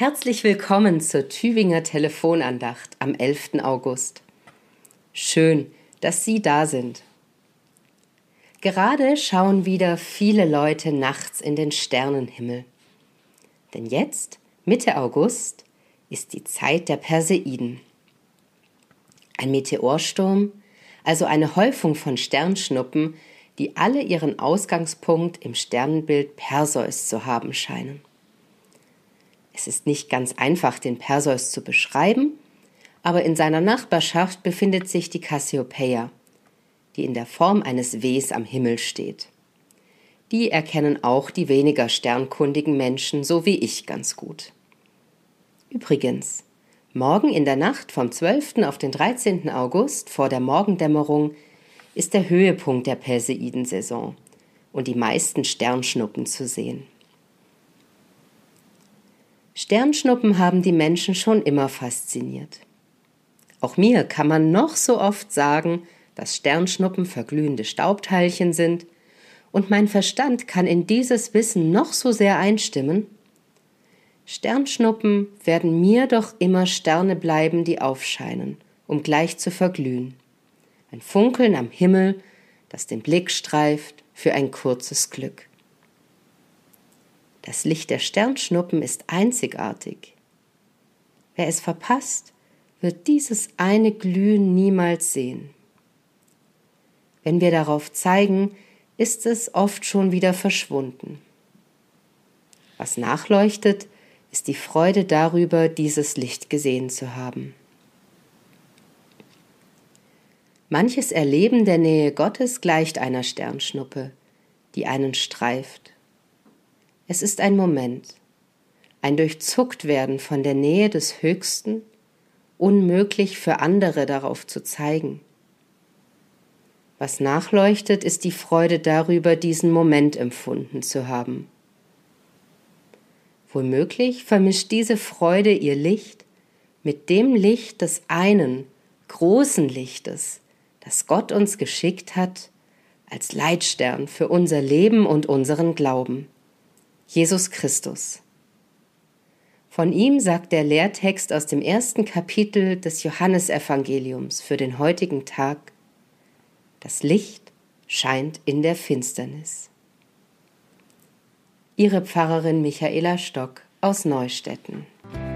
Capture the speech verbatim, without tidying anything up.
Herzlich willkommen zur Tübinger Telefonandacht am elften August. Schön, dass Sie da sind. Gerade schauen wieder viele Leute nachts in den Sternenhimmel. Denn jetzt, Mitte August, ist die Zeit der Perseiden. Ein Meteorsturm, also eine Häufung von Sternschnuppen, die alle ihren Ausgangspunkt im Sternenbild Perseus zu haben scheinen. Es ist nicht ganz einfach, den Perseus zu beschreiben, aber in seiner Nachbarschaft befindet sich die Kassiopeia, die in der Form eines Ws am Himmel steht. Die erkennen auch die weniger sternkundigen Menschen, so wie ich, ganz gut. Übrigens, morgen in der Nacht vom zwölften auf den dreizehnten August vor der Morgendämmerung ist der Höhepunkt der Perseidensaison und die meisten Sternschnuppen zu sehen. Sternschnuppen haben die Menschen schon immer fasziniert. Auch mir kann man noch so oft sagen, dass Sternschnuppen verglühende Staubteilchen sind, und mein Verstand kann in dieses Wissen noch so sehr einstimmen. Sternschnuppen werden mir doch immer Sterne bleiben, die aufscheinen, um gleich zu verglühen. Ein Funkeln am Himmel, das den Blick streift für ein kurzes Glück. Das Licht der Sternschnuppen ist einzigartig. Wer es verpasst, wird dieses eine Glühen niemals sehen. Wenn wir darauf zeigen, ist es oft schon wieder verschwunden. Was nachleuchtet, ist die Freude darüber, dieses Licht gesehen zu haben. Manches Erleben der Nähe Gottes gleicht einer Sternschnuppe, die einen streift. Es ist ein Moment, ein Durchzucktwerden von der Nähe des Höchsten, unmöglich für andere darauf zu zeigen. Was nachleuchtet, ist die Freude darüber, diesen Moment empfunden zu haben. Womöglich vermischt diese Freude ihr Licht mit dem Licht des einen, großen Lichtes, das Gott uns geschickt hat, als Leitstern für unser Leben und unseren Glauben. Jesus Christus. Von ihm sagt der Lehrtext aus dem ersten Kapitel des Johannesevangeliums für den heutigen Tag: Das Licht scheint in der Finsternis. Ihre Pfarrerin Michaela Stock aus Neustetten.